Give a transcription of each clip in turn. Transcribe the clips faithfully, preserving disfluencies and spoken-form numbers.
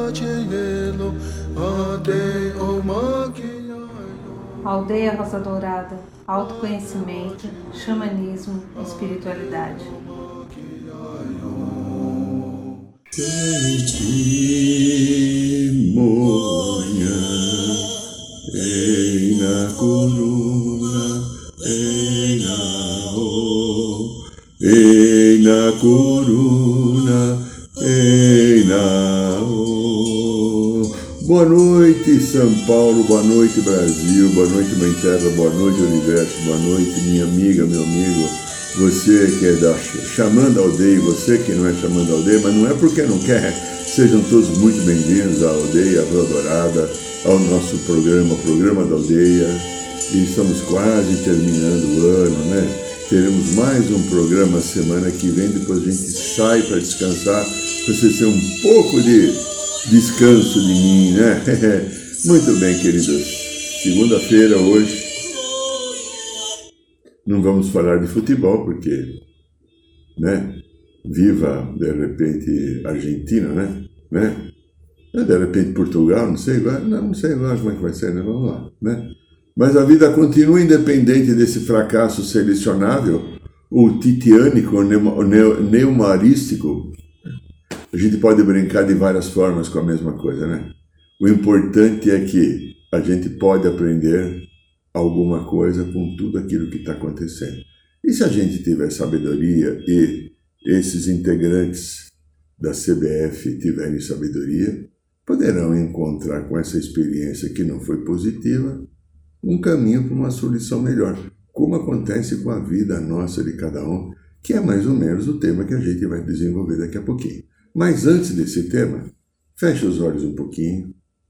Aldeia Rosa Dourada, autoconhecimento, xamanismo, espiritualidade. Testemunha, ei na coruna, ei na o, ei na coruna, ei na o. Boa noite, São Paulo, boa noite, Brasil, boa noite, Mãe Terra, boa noite, Universo, boa noite, minha amiga, meu amigo, você que é da Xamã Aldeia, você que não é Xamã Aldeia, mas não é porque não quer. Sejam todos muito bem-vindos à Aldeia Rosa Dourada, ao nosso programa, o Programa da Aldeia, e estamos quase terminando o ano, né? Teremos mais um programa semana que vem, depois a gente sai para descansar, para vocês terem um pouco de descanso de mim, né? Muito bem, queridos. Segunda-feira hoje. Não vamos falar de futebol, porque, né? Viva, de repente, Argentina, né? né? De repente, Portugal, não sei lá, não, não sei lá como é que vai ser, né? Vamos lá, né? Mas a vida continua independente desse fracasso selecionável, o titiânico, o neumarístico. A gente pode brincar de várias formas com a mesma coisa, né? O importante é que a gente pode aprender alguma coisa com tudo aquilo que está acontecendo. E se a gente tiver sabedoria e esses integrantes da C B F tiverem sabedoria, poderão encontrar com essa experiência que não foi positiva um caminho para uma solução melhor, como acontece com a vida nossa de cada um, que é mais ou menos o tema que a gente vai desenvolver daqui a pouquinho. Mas antes desse tema, feche os olhos um pouquinho.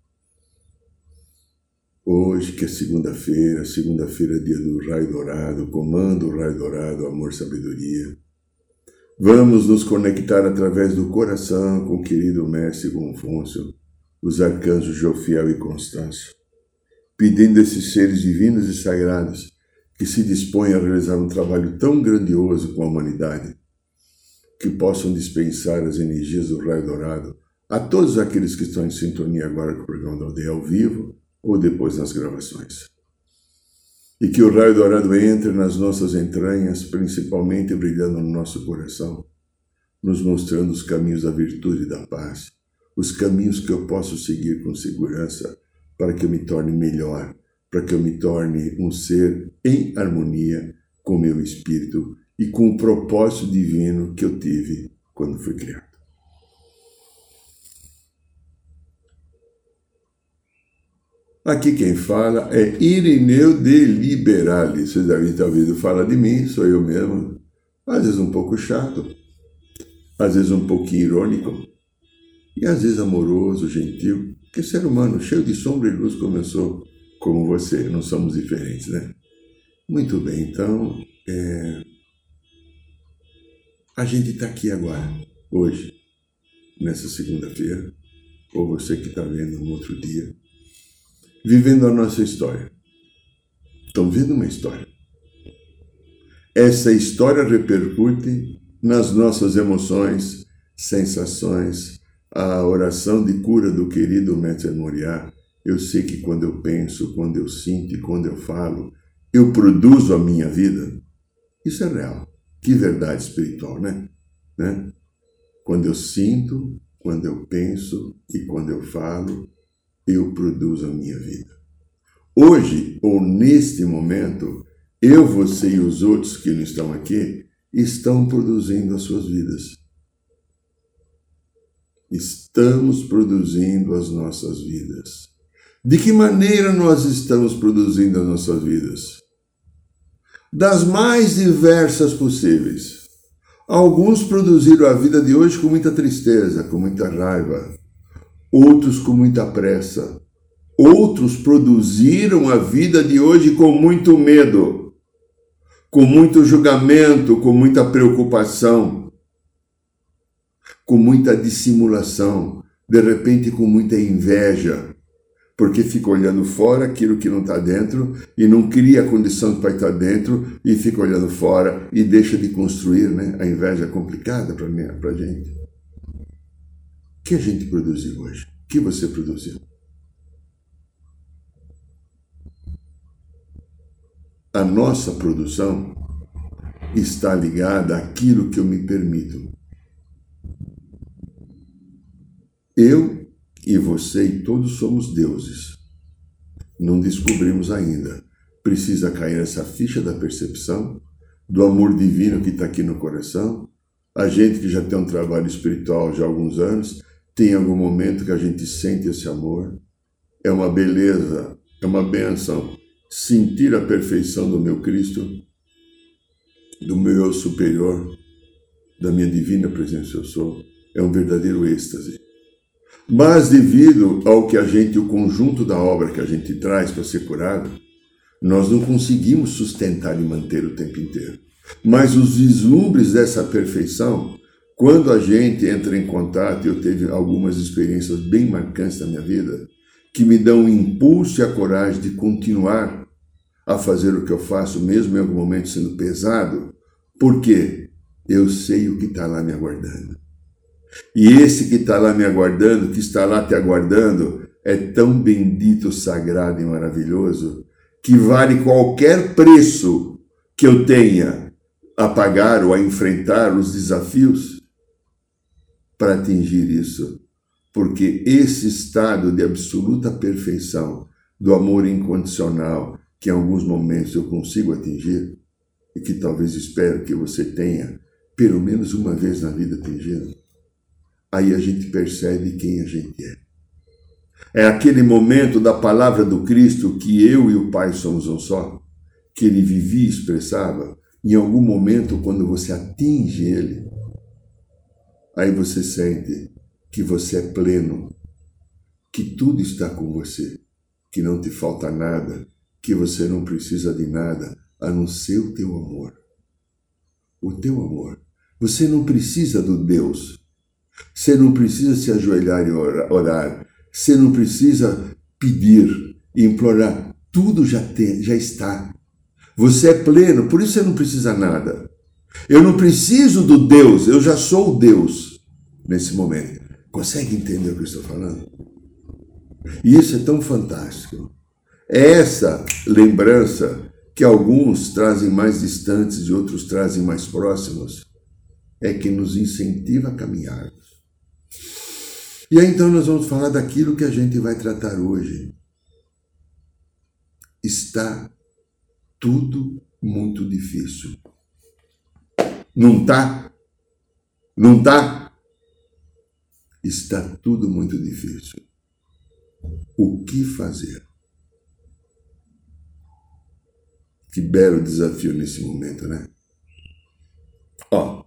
Hoje, que é segunda-feira, segunda-feira é dia do Raio Dourado, comando o Raio Dourado, amor, sabedoria. Vamos nos conectar através do coração com o querido Mestre Confúcio, os arcanjos Jofiel e Constâncio, pedindo a esses seres divinos e sagrados que se dispõem a realizar um trabalho tão grandioso com a humanidade, que possam dispensar as energias do Raio Dourado a todos aqueles que estão em sintonia agora com o programa da Aldeia ao vivo ou depois nas gravações. E que o Raio Dourado entre nas nossas entranhas, principalmente brilhando no nosso coração, nos mostrando os caminhos da virtude e da paz, os caminhos que eu posso seguir com segurança para que eu me torne melhor, para que eu me torne um ser em harmonia com o meu espírito e com o propósito divino que eu tive quando fui criado. Aqui quem fala é Irineu de Liberali. Vocês devem ter ouvido falar de mim, sou eu mesmo. Às vezes um pouco chato, às vezes um pouquinho irônico, e às vezes amoroso, gentil, porque ser humano cheio de sombra e luz como eu sou, como você, não somos diferentes, né? Muito bem, então, é... a gente está aqui agora, hoje, nessa segunda-feira, ou você que está vendo um outro dia, vivendo a nossa história. Estão vendo uma história. Essa história repercute nas nossas emoções, sensações, a oração de cura do querido Mestre Moriá. Eu sei que quando eu penso, quando eu sinto e quando eu falo, eu produzo a minha vida. Isso é real. Que verdade espiritual, né? né? Quando eu sinto, quando eu penso e quando eu falo, eu produzo a minha vida. Hoje, ou neste momento, eu, você e os outros que não estão aqui, estão produzindo as suas vidas. Estamos produzindo as nossas vidas. De que maneira nós estamos produzindo as nossas vidas? Das mais diversas possíveis. Alguns produziram a vida de hoje com muita tristeza, com muita raiva. Outros com muita pressa. Outros produziram a vida de hoje com muito medo, com muito julgamento, com muita preocupação, com muita dissimulação, de repente com muita inveja, porque fica olhando fora aquilo que não está dentro e não cria a condição para estar dentro e fica olhando fora e deixa de construir, né? A inveja é complicada para a gente. O que a gente produziu hoje? que você produziu? A nossa produção está ligada àquilo que eu me permito. Eu e você e todos somos deuses. Não descobrimos ainda. Precisa cair essa ficha da percepção, do amor divino que está aqui no coração. A gente que já tem um trabalho espiritual já há alguns anos, tem algum momento que a gente sente esse amor. É uma beleza, é uma bênção sentir a perfeição do meu Cristo, do meu eu superior, da minha divina presença eu sou. É um verdadeiro êxtase. Mas devido ao que a gente, o conjunto da obra que a gente traz para ser curado, nós não conseguimos sustentar e manter o tempo inteiro. Mas os vislumbres dessa perfeição, quando a gente entra em contato, eu tive algumas experiências bem marcantes na minha vida, que me dão o impulso e a coragem de continuar a fazer o que eu faço, mesmo em algum momento sendo pesado, porque eu sei o que está lá me aguardando. E esse que está lá me aguardando, que está lá te aguardando, é tão bendito, sagrado e maravilhoso, que vale qualquer preço que eu tenha a pagar ou a enfrentar os desafios para atingir isso. Porque esse estado de absoluta perfeição, do amor incondicional, que em alguns momentos eu consigo atingir, e que talvez espero que você tenha, pelo menos uma vez na vida atingido, aí a gente percebe quem a gente é. É aquele momento da palavra do Cristo que eu e o Pai somos um só, que ele vivia e expressava. Em algum momento, quando você atinge ele, aí você sente que você é pleno, que tudo está com você, que não te falta nada, que você não precisa de nada, a não ser o teu amor. O teu amor. Você não precisa do Deus. Você não precisa se ajoelhar e orar. Você não precisa pedir e implorar. Tudo já, tem, já está. Você é pleno, por isso você não precisa nada. Eu não preciso do Deus, eu já sou o Deus nesse momento. Consegue entender o que eu estou falando? E isso é tão fantástico. É essa lembrança que alguns trazem mais distantes e outros trazem mais próximos, é que nos incentiva a caminharmos. E aí então nós vamos falar daquilo que a gente vai tratar hoje. Está tudo muito difícil. Não tá? Não tá? Está tudo muito difícil. O que fazer? Que belo desafio nesse momento, né? Ó,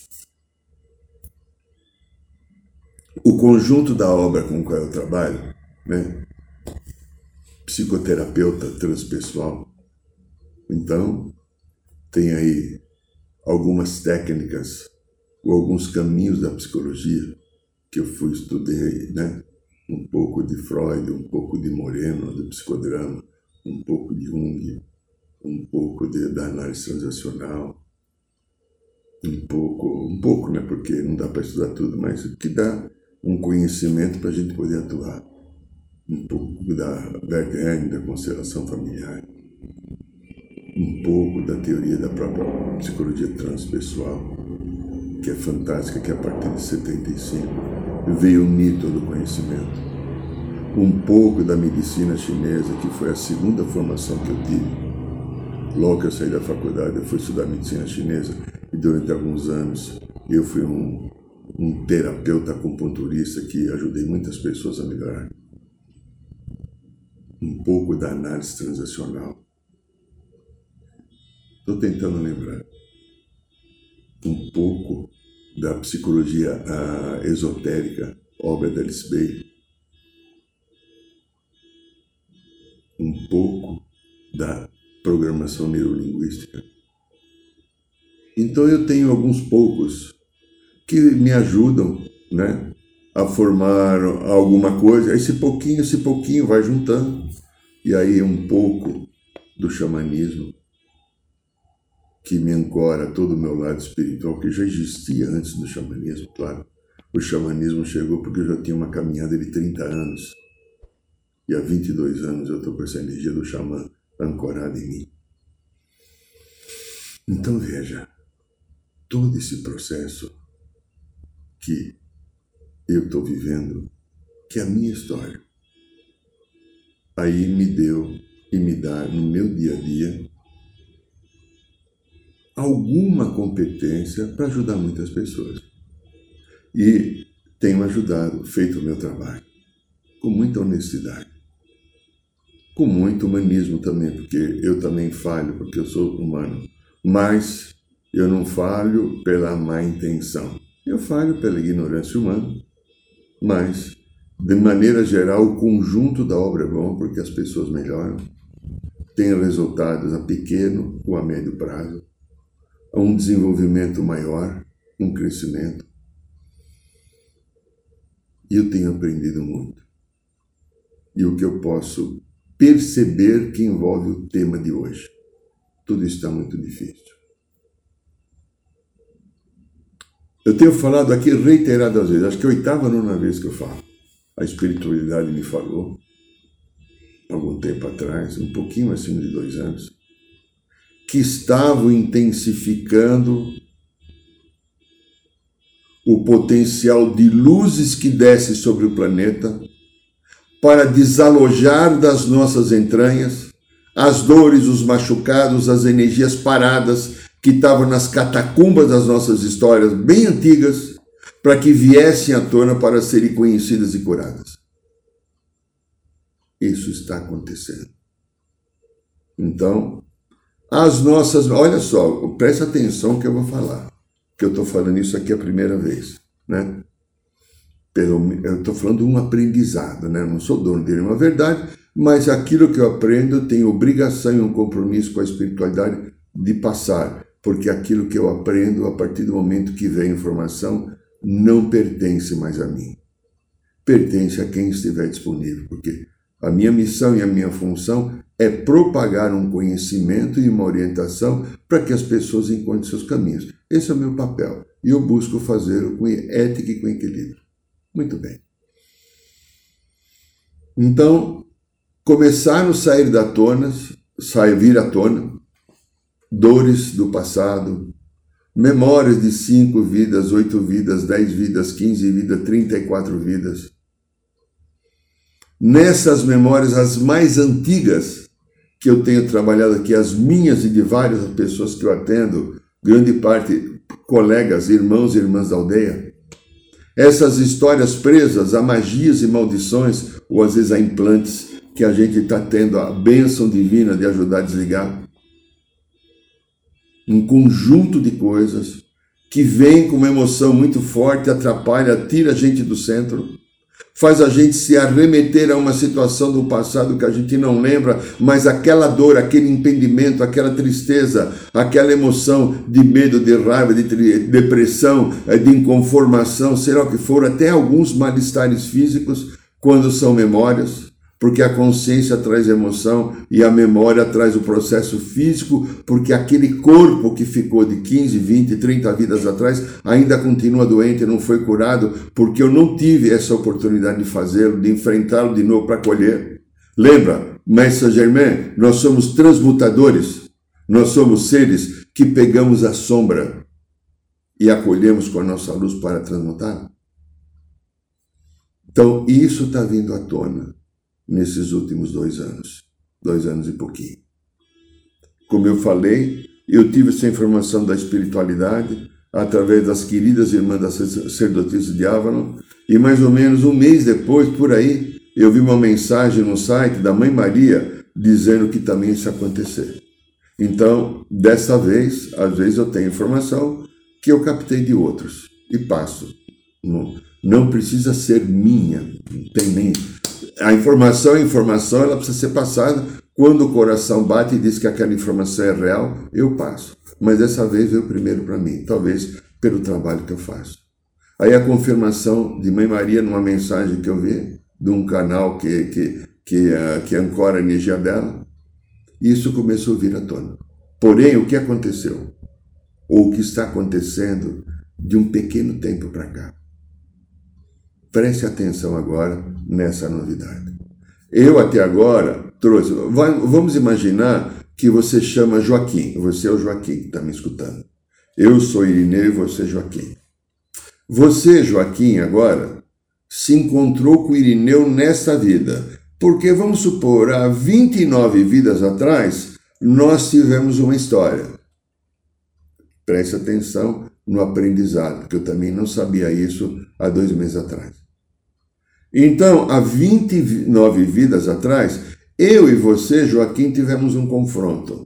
o conjunto da obra com qual eu trabalho, né? Psicoterapeuta transpessoal. Então, tem aí algumas técnicas ou alguns caminhos da psicologia que eu fui estudei, né? Um pouco de Freud, um pouco de Moreno, do psicodrama, um pouco de Jung, um pouco de, da análise transacional, um pouco, um pouco, né? Porque não dá para estudar tudo, mas que dá um conhecimento para a gente poder atuar. Um pouco da Berghain, da constelação familiar, um pouco da teoria da própria psicologia transpessoal, que é fantástica, que a partir de setenta e cinco veio unir todo o conhecimento. Um pouco da medicina chinesa, que foi a segunda formação que eu tive. Logo que eu saí da faculdade, eu fui estudar medicina chinesa e durante alguns anos eu fui um, um terapeuta acupunturista que ajudei muitas pessoas a melhorar. Um pouco da análise transacional. Estou tentando lembrar. Um pouco da psicologia uh, esotérica, obra da Alice Bailey. Um pouco da programação neurolinguística. Então eu tenho alguns poucos que me ajudam, né, a formar alguma coisa. Esse pouquinho, esse pouquinho vai juntando. E aí um pouco do xamanismo, que me ancora todo o meu lado espiritual, que já existia antes do xamanismo, claro. O xamanismo chegou porque eu já tinha uma caminhada de trinta anos. E há vinte e dois anos eu estou com essa energia do xamã ancorada em mim. Então veja, todo esse processo que eu estou vivendo, que é a minha história, aí me deu e me dá no meu dia a dia alguma competência para ajudar muitas pessoas. E tenho ajudado, feito o meu trabalho, com muita honestidade, com muito humanismo também, porque eu também falho, porque eu sou humano, mas eu não falho pela má intenção, eu falho pela ignorância humana, mas, de maneira geral, o conjunto da obra é bom, porque as pessoas melhoram, têm resultados a pequeno ou a médio prazo, a um desenvolvimento maior, um crescimento. E eu tenho aprendido muito. E o que eu posso perceber que envolve o tema de hoje. Tudo isso está muito difícil. Eu tenho falado aqui reiteradas vezes, acho que é a oitava, nona vez que eu falo. A espiritualidade me falou, algum tempo atrás, um pouquinho acima de dois anos, que estavam intensificando o potencial de luzes que desce sobre o planeta para desalojar das nossas entranhas as dores, os machucados, as energias paradas que estavam nas catacumbas das nossas histórias bem antigas, para que viessem à tona para serem conhecidas e curadas. Isso está acontecendo. Então, as nossas... Olha só, presta atenção que eu vou falar, que eu estou falando isso aqui a primeira vez, né? Pelo, eu estou falando de um aprendizado, né? Eu não sou dono de nenhuma verdade, mas aquilo que eu aprendo eu tenho obrigação e um compromisso com a espiritualidade de passar, porque aquilo que eu aprendo, a partir do momento que vem a informação, não pertence mais a mim. Pertence a quem estiver disponível, porque a minha missão e a minha função é propagar um conhecimento e uma orientação para que as pessoas encontrem seus caminhos. Esse é o meu papel, e eu busco fazê-lo com ética e com equilíbrio. Muito bem. Então, começaram a sair da tona, sair, vir à tona, dores do passado, memórias de cinco vidas, oito vidas, dez vidas, quinze vidas, trinta e quatro vidas. Nessas memórias, as mais antigas que eu tenho trabalhado aqui, as minhas e de várias pessoas que eu atendo, grande parte colegas, irmãos e irmãs da aldeia, essas histórias presas a magias e maldições, ou às vezes a implantes, que a gente está tendo a bênção divina de ajudar a desligar. Um conjunto de coisas que vem com uma emoção muito forte, atrapalha, tira a gente do centro, faz a gente se arremeter a uma situação do passado que a gente não lembra, mas aquela dor, aquele impedimento, aquela tristeza, aquela emoção de medo, de raiva, de depressão, de inconformação, será o que for, até alguns mal-estares físicos, quando são memórias, porque a consciência traz emoção e a memória traz o processo físico, porque aquele corpo que ficou de quinze, vinte, trinta vidas atrás ainda continua doente, não foi curado, porque eu não tive essa oportunidade de fazê-lo, de enfrentá-lo de novo para colher. Lembra, Mestre Germain, nós somos transmutadores, nós somos seres que pegamos a sombra e acolhemos com a nossa luz para transmutar. Então, isso está vindo à tona nesses últimos dois anos, dois anos e pouquinho. Como eu falei, eu tive essa informação da espiritualidade através das queridas irmãs das sacerdotisas de Avalon, e mais ou menos um mês depois, por aí, eu vi uma mensagem no site da Mãe Maria dizendo que também isso ia acontecer. Então, dessa vez, às vezes eu tenho informação que eu captei de outros e passo. Não, não precisa ser minha, não tem nem... A informação, a informação, ela precisa ser passada. Quando o coração bate e diz que aquela informação é real, eu passo. Mas dessa vez veio primeiro para mim, talvez pelo trabalho que eu faço. Aí a confirmação de Mãe Maria numa mensagem que eu vi, de um canal que, que, que, uh, que ancora a energia dela, isso começou a vir à tona. Porém, o que aconteceu? Ou o que está acontecendo de um pequeno tempo para cá? Preste atenção agora nessa novidade. Eu até agora trouxe... Vamos imaginar que você chama Joaquim. Você é o Joaquim que está me escutando. Eu sou Irineu e você é Joaquim. Você, Joaquim, agora, se encontrou com Irineu nessa vida. Porque, vamos supor, há vinte e nove vidas atrás, nós tivemos uma história. Preste atenção no aprendizado, porque eu também não sabia isso há dois meses atrás. Então, há vinte e nove vidas atrás, eu e você, Joaquim, tivemos um confronto.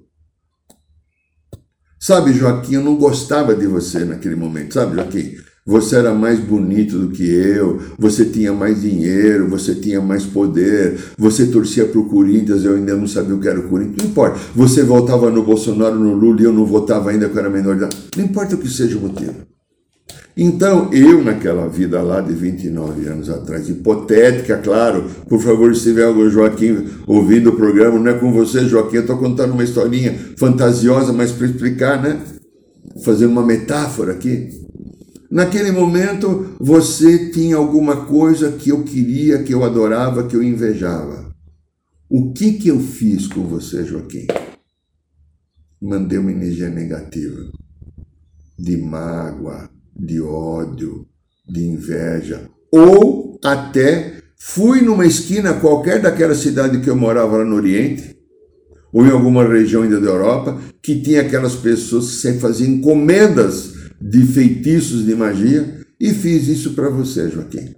Sabe, Joaquim, eu não gostava de você naquele momento. Sabe, Joaquim? Você era mais bonito do que eu, você tinha mais dinheiro, você tinha mais poder, você torcia para o Corinthians, eu ainda não sabia o que era o Corinthians, não importa. Você votava no Bolsonaro, no Lula, e eu não votava ainda, que eu era menor de idade. Não importa o que seja o motivo. Então, eu naquela vida lá de vinte e nove anos atrás, hipotética, claro, por favor, se tiver algum Joaquim ouvindo o programa, não é com você, Joaquim, eu estou contando uma historinha fantasiosa, mas para explicar, né? Fazendo uma metáfora aqui. Naquele momento, você tinha alguma coisa que eu queria, que eu adorava, que eu invejava. O que que eu fiz com você, Joaquim? Mandei uma energia negativa, de mágoa, de ódio, de inveja, ou até fui numa esquina qualquer daquela cidade que eu morava lá no Oriente, ou em alguma região ainda da Europa, que tinha aquelas pessoas que faziam encomendas de feitiços de magia, e fiz isso para você, Joaquim.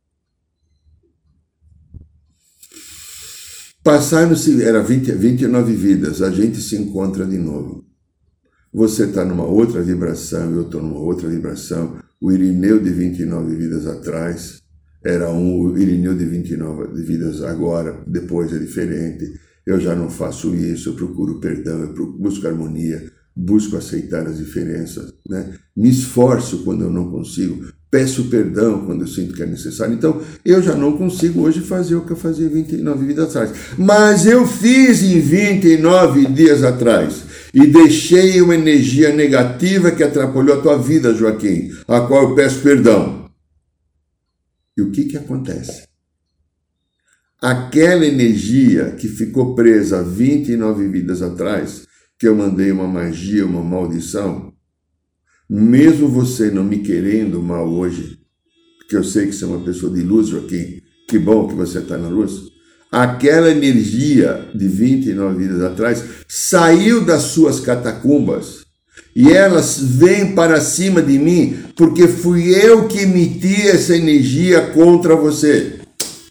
Passaram-se, era vinte, vinte e nove vidas, a gente se encontra de novo. Você está numa outra vibração, eu estou numa outra vibração. O Irineu de vinte e nove vidas atrás era um, o Irineu de vinte e nove vidas agora, depois é diferente. Eu já não faço isso, eu procuro perdão, eu procuro, busco harmonia, busco aceitar as diferenças, né? Me esforço quando eu não consigo, peço perdão quando eu sinto que é necessário. Então, eu já não consigo hoje fazer o que eu fazia vinte e nove vidas atrás. Mas eu fiz em vinte e nove dias atrás. E deixei uma energia negativa que atrapalhou a tua vida, Joaquim, a qual eu peço perdão. E o que que acontece? Aquela energia que ficou presa vinte e nove vidas atrás, que eu mandei uma magia, uma maldição, mesmo você não me querendo mal hoje, porque eu sei que você é uma pessoa de luz, Joaquim, que bom que você está na luz, aquela energia de vinte e nove vidas atrás saiu das suas catacumbas e elas vêm para cima de mim porque fui eu que emiti essa energia contra você.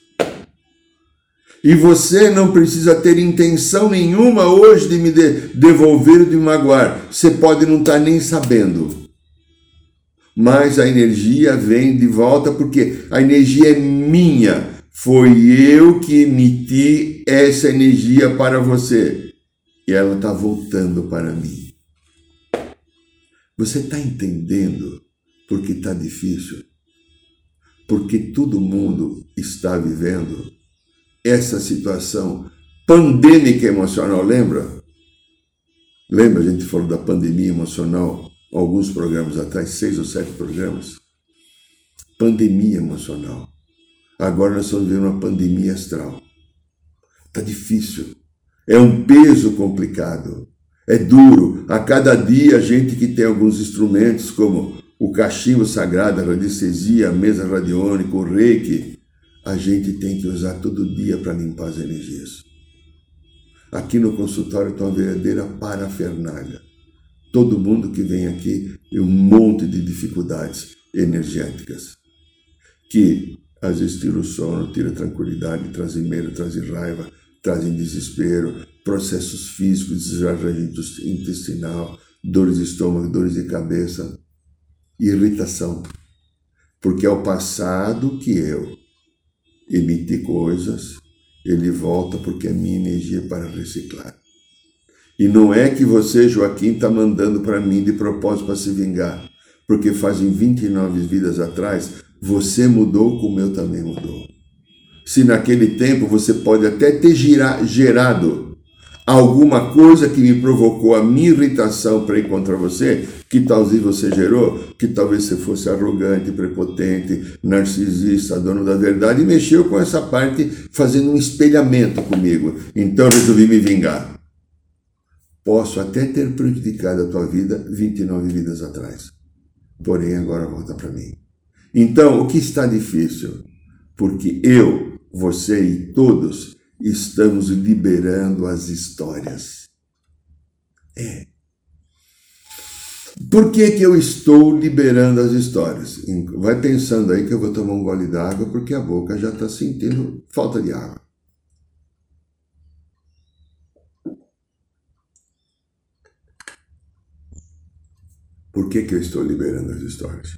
E você não precisa ter intenção nenhuma hoje de me de- devolver ou de me magoar. Você pode não estar nem sabendo. Mas a energia vem de volta porque a energia é minha. Foi eu que emiti essa energia para você. E ela está voltando para mim. Você está entendendo por que está difícil? Porque todo mundo está vivendo essa situação pandêmica emocional, lembra? Lembra, a gente falou da pandemia emocional alguns programas atrás, seis ou sete programas? Pandemia emocional. Agora nós estamos vivendo uma pandemia astral. Está difícil. É um peso complicado. É duro. A cada dia a gente que tem alguns instrumentos como o cachimbo sagrado, a radiestesia, a mesa radiônica, o reiki, a gente tem que usar todo dia para limpar as energias. Aqui no consultório está uma verdadeira parafernália. Todo mundo que vem aqui tem um monte de dificuldades energéticas que às vezes tira o sono, tira a tranquilidade, trazem medo, trazem raiva, trazem desespero, processos físicos, desarranjo intestinal, dores de estômago, dores de cabeça, irritação. Porque é o passado que eu emiti coisas, ele volta porque é minha energia para reciclar. E não é que você, Joaquim, está mandando para mim de propósito para se vingar, porque fazem vinte e nove vidas atrás, você mudou como eu também mudou. Se naquele tempo você pode até ter gira, gerado alguma coisa que me provocou a minha irritação para ir contra você, que talvez você gerou, que talvez você fosse arrogante, prepotente, narcisista, dono da verdade, e mexeu com essa parte fazendo um espelhamento comigo. Então resolvi me vingar. Posso até ter prejudicado a tua vida vinte e nove vidas atrás. Porém, agora volta para mim. Então, o que está difícil? Porque eu, você e todos estamos liberando as histórias. É. Por que que eu estou liberando as histórias? Vai pensando aí que eu vou tomar um gole d'água, porque a boca já está sentindo falta de água. Por que que eu estou liberando as histórias?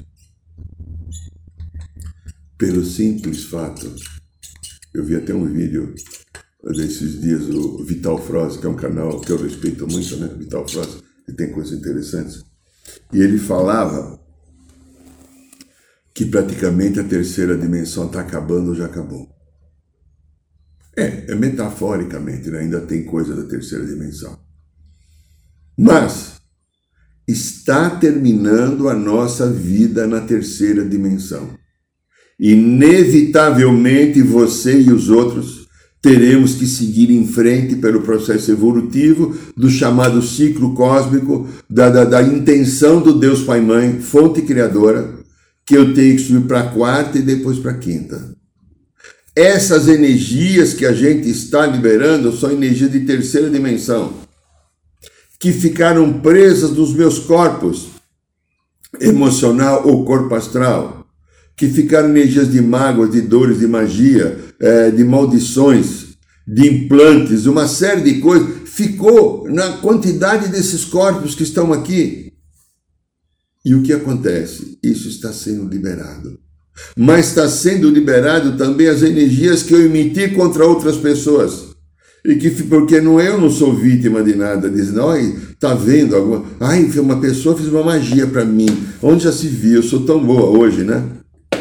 Pelo simples fato, eu vi até um vídeo desses dias, o Vital Froze, que é um canal que eu respeito muito, né? Vital Froze, que tem coisas interessantes. E ele falava que praticamente a terceira dimensão está acabando ou já acabou. É, é metaforicamente, né? Ainda tem coisa da terceira dimensão. Mas está terminando a nossa vida na terceira dimensão. Inevitavelmente você e os outros teremos que seguir em frente pelo processo evolutivo do chamado ciclo cósmico, da, da, da intenção do Deus Pai Mãe, fonte criadora, que eu tenho que subir para a quarta e depois para a quinta. Essas energias que a gente está liberando são energias de terceira dimensão, que ficaram presas nos meus corpos, emocional ou corpo astral, que ficaram energias de mágoas, de dores, de magia, de maldições, de implantes, uma série de coisas, ficou na quantidade desses corpos que estão aqui. E o que acontece? Isso está sendo liberado. Mas está sendo liberado também as energias que eu emiti contra outras pessoas. E que, porque não, eu não sou vítima de nada, diz, não, tá vendo alguma, ai, uma pessoa fez uma magia para mim, onde já se viu, eu sou tão boa hoje, né?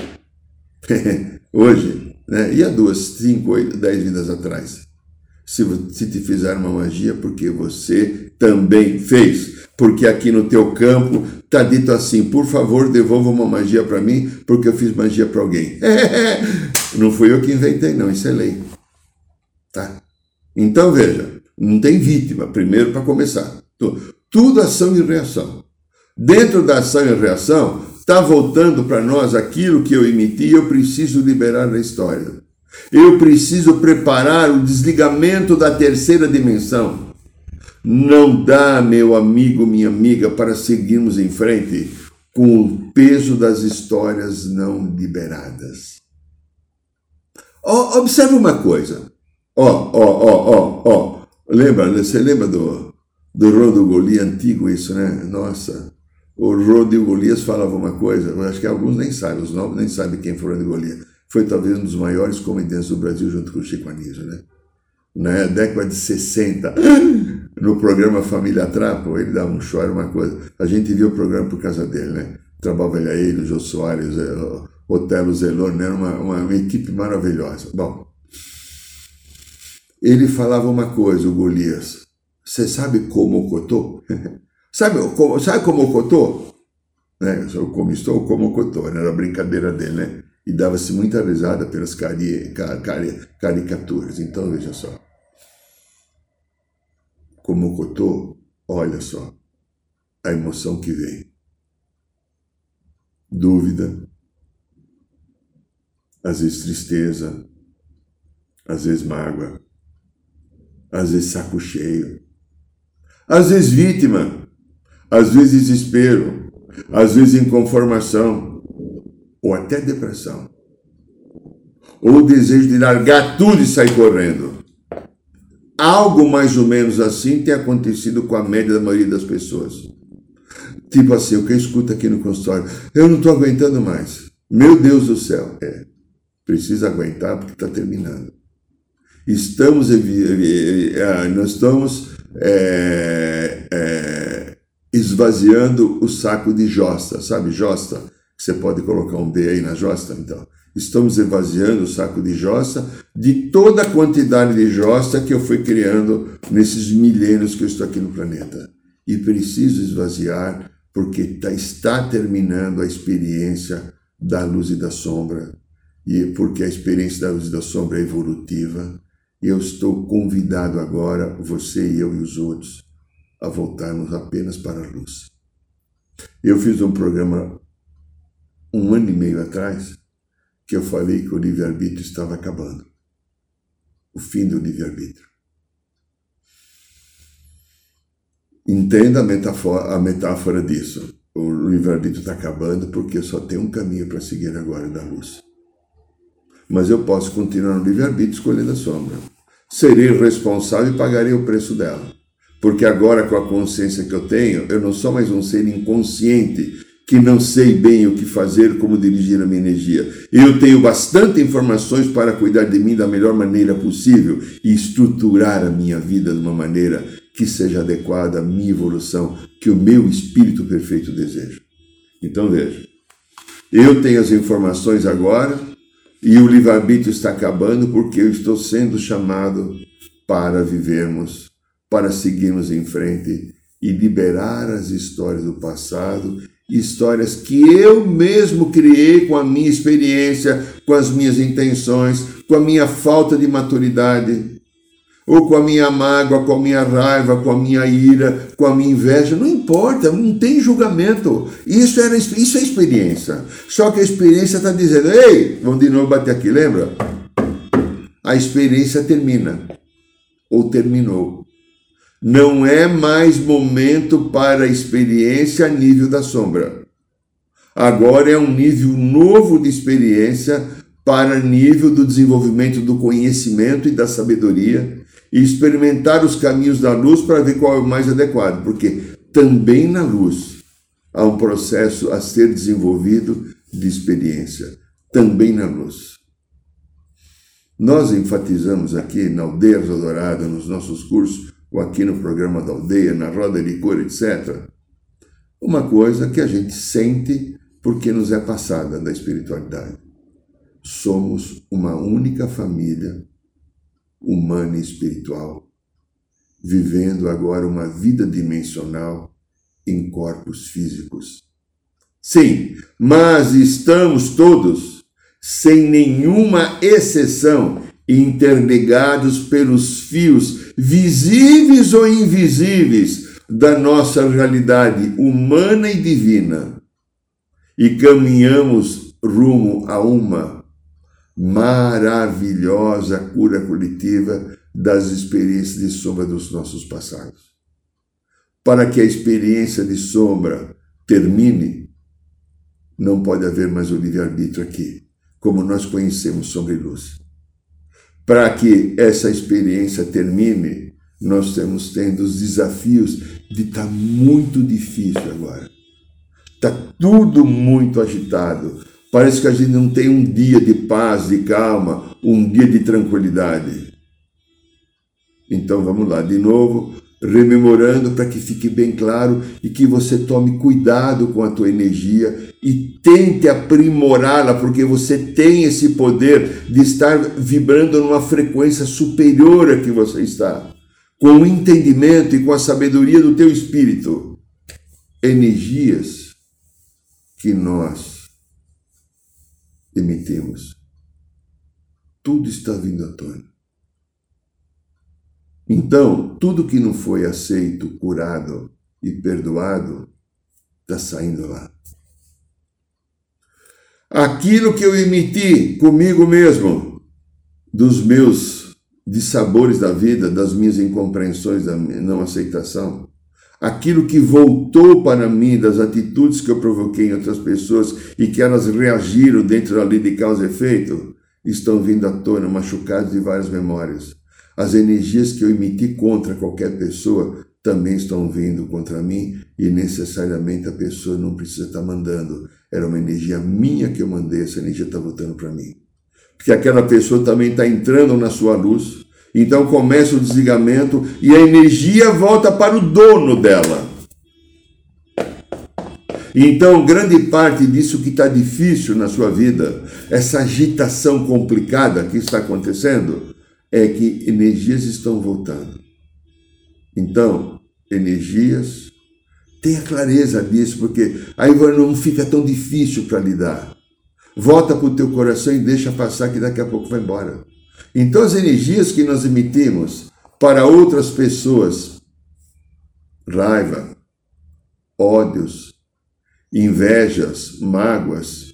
Hoje, né? E há duas, cinco, oito, dez vidas atrás, se, se te fizeram uma magia, porque você também fez, porque aqui no teu campo tá dito assim, por favor, devolva uma magia para mim, porque eu fiz magia para alguém. Não fui eu que inventei, não, isso é lei, tá? Então, veja, não tem vítima, primeiro para começar. Tudo ação e reação. Dentro da ação e reação, está voltando para nós aquilo que eu emiti, eu preciso liberar a história. Eu preciso preparar o desligamento da terceira dimensão. Não dá, meu amigo, minha amiga, para seguirmos em frente com o peso das histórias não liberadas. Oh, observe uma coisa. Ó, ó, ó, ó, ó, lembra, você lembra do, do Rodo Golias antigo isso, né? Nossa, o Rodo e o Golias falavam uma coisa, eu acho que alguns nem sabem, os novos nem sabem quem foi o Rodo e Golias. Foi talvez um dos maiores comediantes do Brasil junto com o Chico Anísio, né? Na década de sessenta, no programa Família Trapo, ele dava um show, era uma coisa. A gente viu o programa por causa dele, né? Trabalhava ele, o Jô Soares, o Otelo Zelon, né? Era uma, uma, uma equipe maravilhosa. Bom, ele falava uma coisa, o Golias. Você sabe como o cotô? sabe, como, sabe como o cotô? Né? Como estou, como o cotô. Era a brincadeira dele, né? E dava-se muita risada pelas cari, cari, caricaturas. Então, veja só. Como o cotô, olha só. A emoção que vem. Dúvida. Às vezes tristeza. Às vezes mágoa. Às vezes saco cheio, às vezes vítima, às vezes desespero, às vezes inconformação, ou até depressão, ou o desejo de largar tudo e sair correndo. Algo mais ou menos assim tem acontecido com a média da maioria das pessoas. Tipo assim, o que eu escuto aqui no consultório, eu não estou aguentando mais, meu Deus do céu, é, precisa aguentar porque está terminando. Estamos, nós estamos é, é, esvaziando o saco de josta, sabe josta? Você pode colocar um D aí na josta, então. Estamos esvaziando o saco de jossa de toda a quantidade de jossa que eu fui criando nesses milênios que eu estou aqui no planeta. E preciso esvaziar porque está terminando a experiência da luz e da sombra. E porque a experiência da luz e da sombra é evolutiva. E eu estou convidado agora, você e eu e os outros, a voltarmos apenas para a luz. Eu fiz um programa um ano e meio atrás, que eu falei que o livre-arbítrio estava acabando. O fim do livre-arbítrio. Entenda a metáfora, a metáfora disso. O livre-arbítrio está acabando porque só tem um caminho para seguir agora, da luz. Mas eu posso continuar no livre-arbítrio escolhendo a sombra. Serei responsável e pagarei o preço dela. Porque agora, com a consciência que eu tenho, eu não sou mais um ser inconsciente que não sei bem o que fazer, como dirigir a minha energia. Eu tenho bastante informações para cuidar de mim da melhor maneira possível e estruturar a minha vida de uma maneira que seja adequada à minha evolução, que o meu espírito perfeito deseja. Então veja, eu tenho as informações agora e o livre-arbítrio está acabando porque eu estou sendo chamado para vivermos, para seguirmos em frente e liberar as histórias do passado, histórias que eu mesmo criei com a minha experiência, com as minhas intenções, com a minha falta de maturidade, ou com a minha mágoa, com a minha raiva, com a minha ira, com a minha inveja, não importa, não tem julgamento. Isso, era, isso é experiência. Só que a experiência está dizendo, ei, vamos de novo bater aqui, lembra? A experiência termina, ou terminou. Não é mais momento para a experiência a nível da sombra. Agora é um nível novo de experiência para nível do desenvolvimento do conhecimento e da sabedoria e experimentar os caminhos da luz para ver qual é o mais adequado, porque também na luz há um processo a ser desenvolvido de experiência, também na luz. Nós enfatizamos aqui na Aldeia Rosa Dourada, nos nossos cursos, ou aqui no programa da aldeia, na roda de cor, etcétera, uma coisa que a gente sente porque nos é passada da espiritualidade. Somos uma única família humana e espiritual, vivendo agora uma vida dimensional em corpos físicos. Sim, mas estamos todos, sem nenhuma exceção, interligados pelos fios visíveis ou invisíveis da nossa realidade humana e divina e caminhamos rumo a uma maravilhosa cura coletiva das experiências de sombra dos nossos passados. Para que a experiência de sombra termine, não pode haver mais o livre-arbítrio aqui, como nós conhecemos sombra e luz. Para que essa experiência termine, nós estamos tendo os desafios de estar tá muito difícil agora. Está tudo muito agitado. Parece que a gente não tem um dia de paz, de calma, um dia de tranquilidade. Então vamos lá, de novo, rememorando para que fique bem claro e que você tome cuidado com a tua energia e tente aprimorá-la, porque você tem esse poder de estar vibrando numa frequência superior a que você está, com o entendimento e com a sabedoria do teu espírito. Energias que nós emitimos. Tudo está vindo à tona. Então, tudo que não foi aceito, curado e perdoado, está saindo lá. Aquilo que eu emiti comigo mesmo, dos meus dissabores da vida, das minhas incompreensões, da minha não aceitação, aquilo que voltou para mim das atitudes que eu provoquei em outras pessoas e que elas reagiram dentro da lei de causa e efeito, estão vindo à tona, machucados de várias memórias. As energias que eu emiti contra qualquer pessoa também estão vindo contra mim e necessariamente a pessoa não precisa estar mandando. Era uma energia minha que eu mandei, essa energia está voltando para mim. Porque aquela pessoa também está entrando na sua luz, então começa o desligamento e a energia volta para o dono dela. Então, grande parte disso que está difícil na sua vida, essa agitação complicada que está acontecendo, é que energias estão voltando. Então, energias, tenha clareza disso, porque aí não fica tão difícil para lidar. Volta para o teu coração e deixa passar, que daqui a pouco vai embora. Então, as energias que nós emitimos para outras pessoas, raiva, ódios, invejas, mágoas,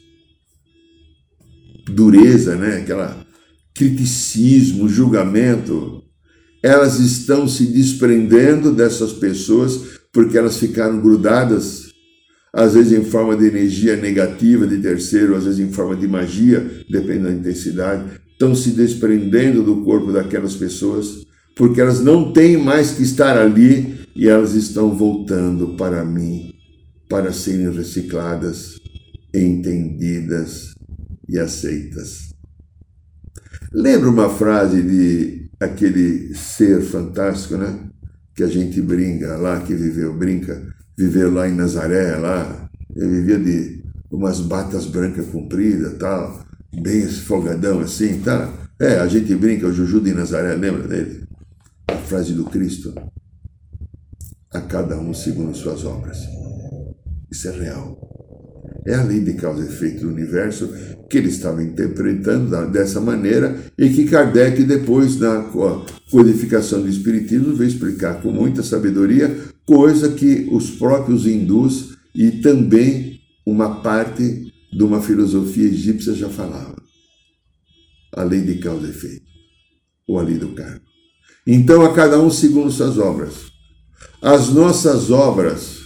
dureza, né? Aquela criticismo, julgamento, elas estão se desprendendo dessas pessoas porque elas ficaram grudadas, às vezes em forma de energia negativa de terceiro, às vezes em forma de magia, dependendo da intensidade, estão se desprendendo do corpo daquelas pessoas porque elas não têm mais que estar ali e elas estão voltando para mim, para serem recicladas, entendidas e aceitas. Lembra uma frase de aquele ser fantástico, né? Que a gente brinca lá, que viveu, brinca, viveu lá em Nazaré, lá. Ele vivia de umas batas brancas compridas, tal, bem folgadão assim, tá? É, a gente brinca, o Juju de Nazaré, lembra dele? A frase do Cristo: a cada um segundo suas obras. Isso é real. É a lei de causa e efeito do universo que ele estava interpretando dessa maneira e que Kardec, depois, na codificação do Espiritismo, veio explicar com muita sabedoria, coisa que os próprios hindus e também uma parte de uma filosofia egípcia já falava. A lei de causa e efeito, ou a lei do karma. Então, a cada um segundo suas obras. As nossas obras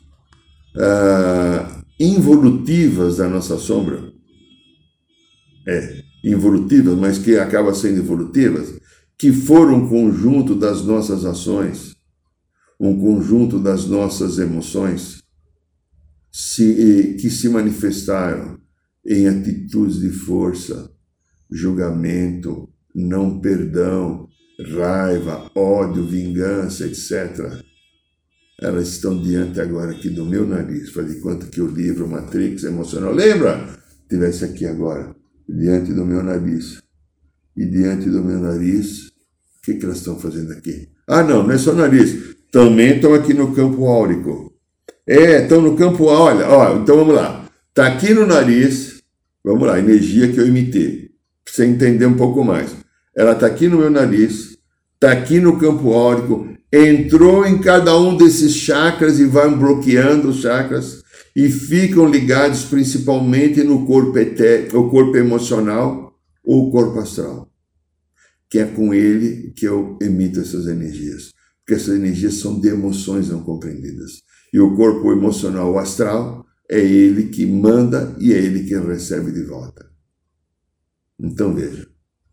ah, involutivas da nossa sombra, é, involutivas, mas que acabam sendo evolutivas, que foram um conjunto das nossas ações, um conjunto das nossas emoções, se, que se manifestaram em atitudes de força, julgamento, não perdão, raiva, ódio, vingança, etcétera. Elas estão diante agora aqui do meu nariz. Faz de conta que o livro Matrix Emocional, lembra? Estivesse aqui agora, diante do meu nariz. E diante do meu nariz, o que, que elas estão fazendo aqui? Ah, não, não é só nariz. Também estão aqui no campo áurico. É, estão no campo áurico. Ó, então vamos lá. Está aqui no nariz, vamos lá, energia que eu emiti. Para você entender um pouco mais. Ela está aqui no meu nariz, está aqui no campo áurico, entrou em cada um desses chakras e vai bloqueando os chakras e ficam ligados principalmente no corpo etérico, o corpo emocional ou o corpo astral, que é com ele que eu emito essas energias, porque essas energias são de emoções não compreendidas. E o corpo emocional, o astral, é ele que manda e é ele que recebe de volta. Então veja.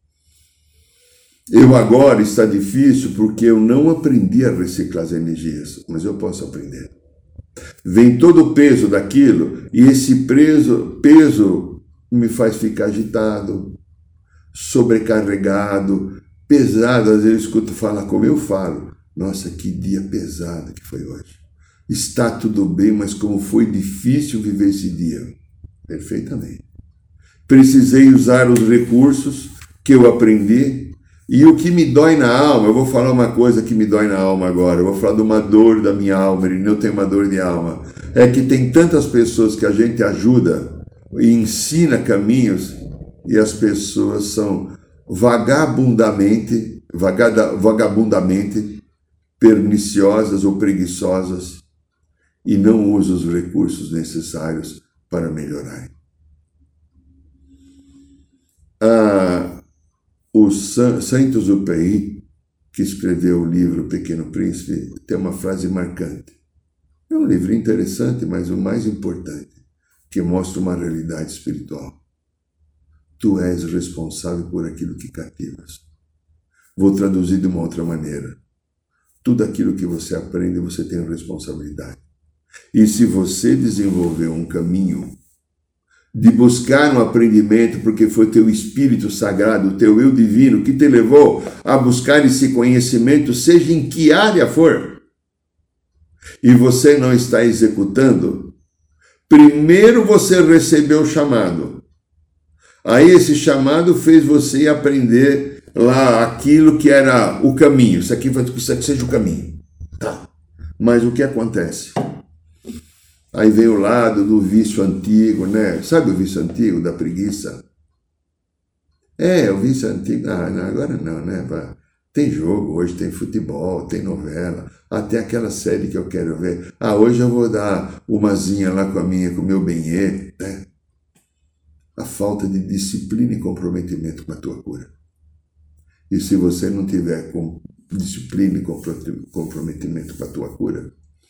Eu agora está difícil porque eu não aprendi a reciclar as energias, mas eu posso aprender. Vem todo o peso daquilo e esse peso, peso me faz ficar agitado, sobrecarregado, pesado. Às vezes eu escuto falar como eu falo. Nossa, que dia pesado que foi hoje. Está tudo bem, mas como foi difícil viver esse dia. Perfeitamente. Precisei usar os recursos que eu aprendi. E o que me dói na alma, eu vou falar uma coisa que me dói na alma agora, eu vou falar de uma dor da minha alma, e não tem uma dor de alma, é que tem tantas pessoas que a gente ajuda e ensina caminhos, e as pessoas são vagabundamente, vagada, vagabundamente perniciosas ou preguiçosas, e não usam os recursos necessários para melhorar. Ah, O Saint-Exupéry, que escreveu o livro Pequeno Príncipe, tem uma frase marcante. É um livro interessante, mas o mais importante, que mostra uma realidade espiritual. Tu és responsável por aquilo que cativas. Vou traduzir de uma outra maneira. Tudo aquilo que você aprende, você tem responsabilidade. E se você desenvolveu um caminho de buscar um aprendimento, porque foi teu Espírito Sagrado, o teu Eu Divino, que te levou a buscar esse conhecimento, seja em que área for, e você não está executando, Primeiro você recebeu o chamado. Aí esse chamado fez você aprender lá aquilo que era o caminho. Isso aqui vai que seja o caminho. Tá. Mas o que acontece? Aí vem o lado do vício antigo, né? Sabe o vício antigo da preguiça? É, o vício antigo. Ah, não, agora não, né? Tem jogo, hoje tem futebol, tem novela, até aquela série que eu quero ver. Ah, hoje eu vou dar umazinha lá com a minha, com o meu benê, né? A falta de disciplina e comprometimento com a tua cura. E se você não tiver com disciplina e comprometimento com a tua cura,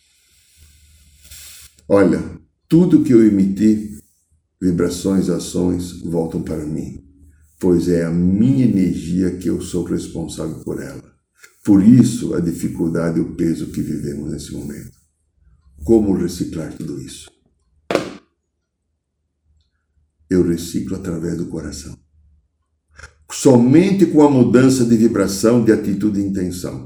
olha, tudo que eu emiti, vibrações, ações, voltam para mim. Pois é a minha energia que eu sou responsável por ela. Por isso, a dificuldade e o peso que vivemos nesse momento. Como reciclar tudo isso? Eu reciclo através do coração. Somente com a mudança de vibração, de atitude e intenção.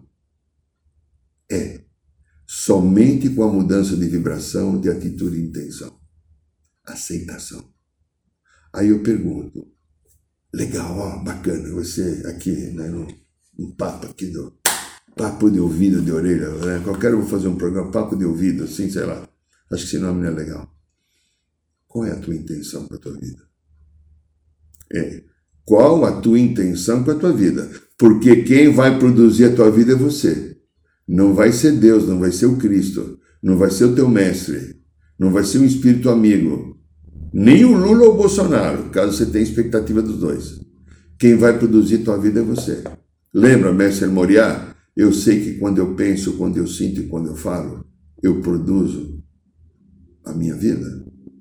É. Somente com a mudança de vibração, de atitude e intenção. Aceitação. Aí eu pergunto, legal, ó, bacana, você aqui, né, no, no papo aqui do papo de ouvido, de orelha, né? Qualquer um vou fazer um programa, papo de ouvido, assim, sei lá. Acho que esse nome não é legal. Qual é a tua intenção para a tua vida? É, qual a tua intenção para a tua vida? Porque quem vai produzir a tua vida é você. Não vai ser Deus, não vai ser o Cristo, não vai ser o teu mestre, não vai ser um espírito amigo. Nem o Lula ou o Bolsonaro, caso você tenha expectativa dos dois. Quem vai produzir tua vida é você. Lembra, mestre Moriá? Eu sei que quando eu penso, quando eu sinto e quando eu falo, eu produzo a minha vida.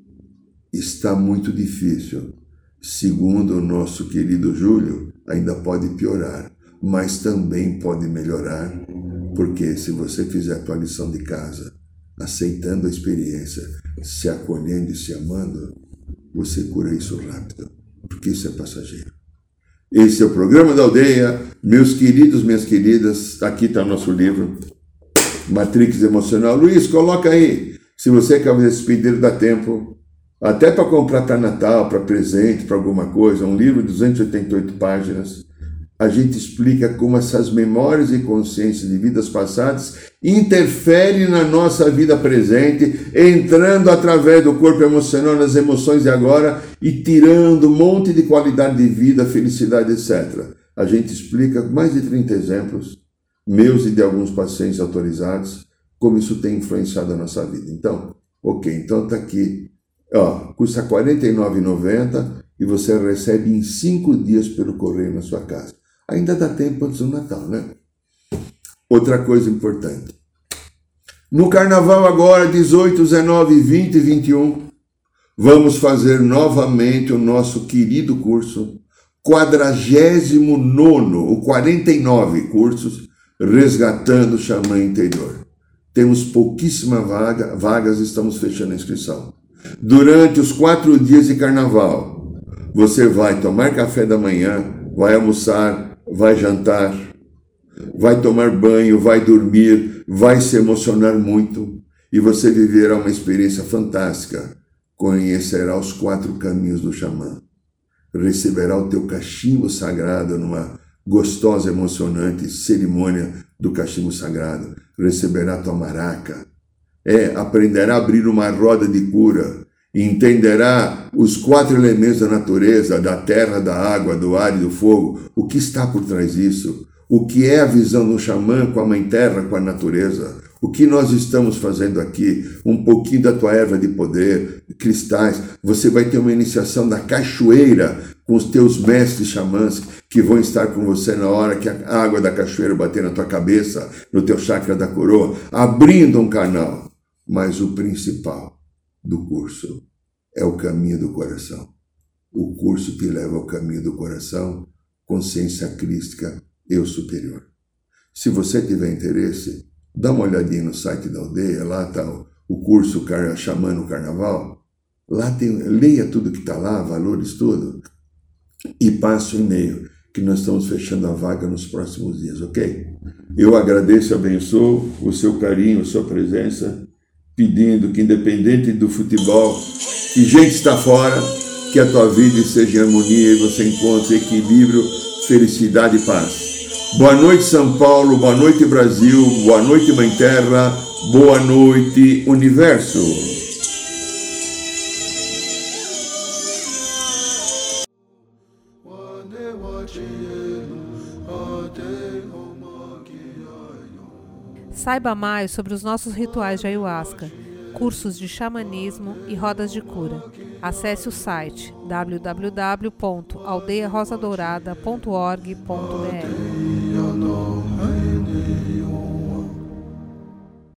Está muito difícil. Segundo o nosso querido Júlio, ainda pode piorar, mas também pode melhorar, porque se você fizer a tua lição de casa, aceitando a experiência, se acolhendo e se amando, você cura isso rápido, porque isso é passageiro. Esse é o programa da aldeia. Meus queridos, minhas queridas, aqui está o nosso livro, Matrix Emocional. Luiz, coloca aí. Se você quer fazer esse pedido, dá tempo. Até para comprar para Natal, para presente, para alguma coisa. Um livro de duzentas e oitenta e oito páginas. A gente explica como essas memórias e consciências de vidas passadas interferem na nossa vida presente, entrando através do corpo emocional nas emoções de agora e tirando um monte de qualidade de vida, felicidade, etcétera. A gente explica com mais de trinta exemplos, meus e de alguns pacientes autorizados, como isso tem influenciado a nossa vida. Então, ok, então está aqui, ó, custa quarenta e nove reais e noventa centavos e você recebe em cinco dias pelo correio na sua casa. Ainda dá tempo antes do Natal, né? Outra coisa importante. No Carnaval agora, dezoito, dezenove, vinte e vinte e um, vamos fazer novamente o nosso querido curso, quadragésimo nono, o quarenta e nove cursos, Resgatando o Xamã Interior. Temos pouquíssimas vaga, vagas, estamos fechando a inscrição. Durante os quatro dias de Carnaval, você vai tomar café da manhã, vai almoçar, vai jantar, vai tomar banho, vai dormir, vai se emocionar muito e você viverá uma experiência fantástica. Conhecerá os quatro caminhos do xamã. Receberá o teu cachimbo sagrado numa gostosa, emocionante cerimônia do cachimbo sagrado. Receberá a tua maraca. É, aprenderá a abrir uma roda de cura. Entenderá os quatro elementos da natureza, da terra, da água, do ar e do fogo, o que está por trás disso, o que é a visão do xamã com a mãe terra, com a natureza, o que nós estamos fazendo aqui, um pouquinho da tua erva de poder, cristais, você vai ter uma iniciação da cachoeira com os teus mestres xamãs que vão estar com você na hora que a água da cachoeira bater na tua cabeça, no teu chakra da coroa, abrindo um canal. Mas o principal do curso é o caminho do coração. O curso que leva ao caminho do coração, consciência crística, eu superior. Se você tiver interesse, dá uma olhadinha no site da aldeia, lá está o, o curso Car- Xamã no Carnaval. Lá tem, leia tudo que está lá, valores, tudo, e passa o e-mail, que nós estamos fechando a vaga nos próximos dias, ok? Eu agradeço e abençoo o seu carinho, a sua presença, pedindo que, independente do futebol, que gente está fora, que a tua vida esteja em harmonia e você encontre equilíbrio, felicidade e paz. Boa noite, São Paulo, boa noite, Brasil, boa noite, Mãe Terra, boa noite, Universo. Saiba mais sobre os nossos rituais de ayahuasca, cursos de xamanismo e rodas de cura. Acesse o site w w w ponto aldeia rosa dourada ponto org ponto b r.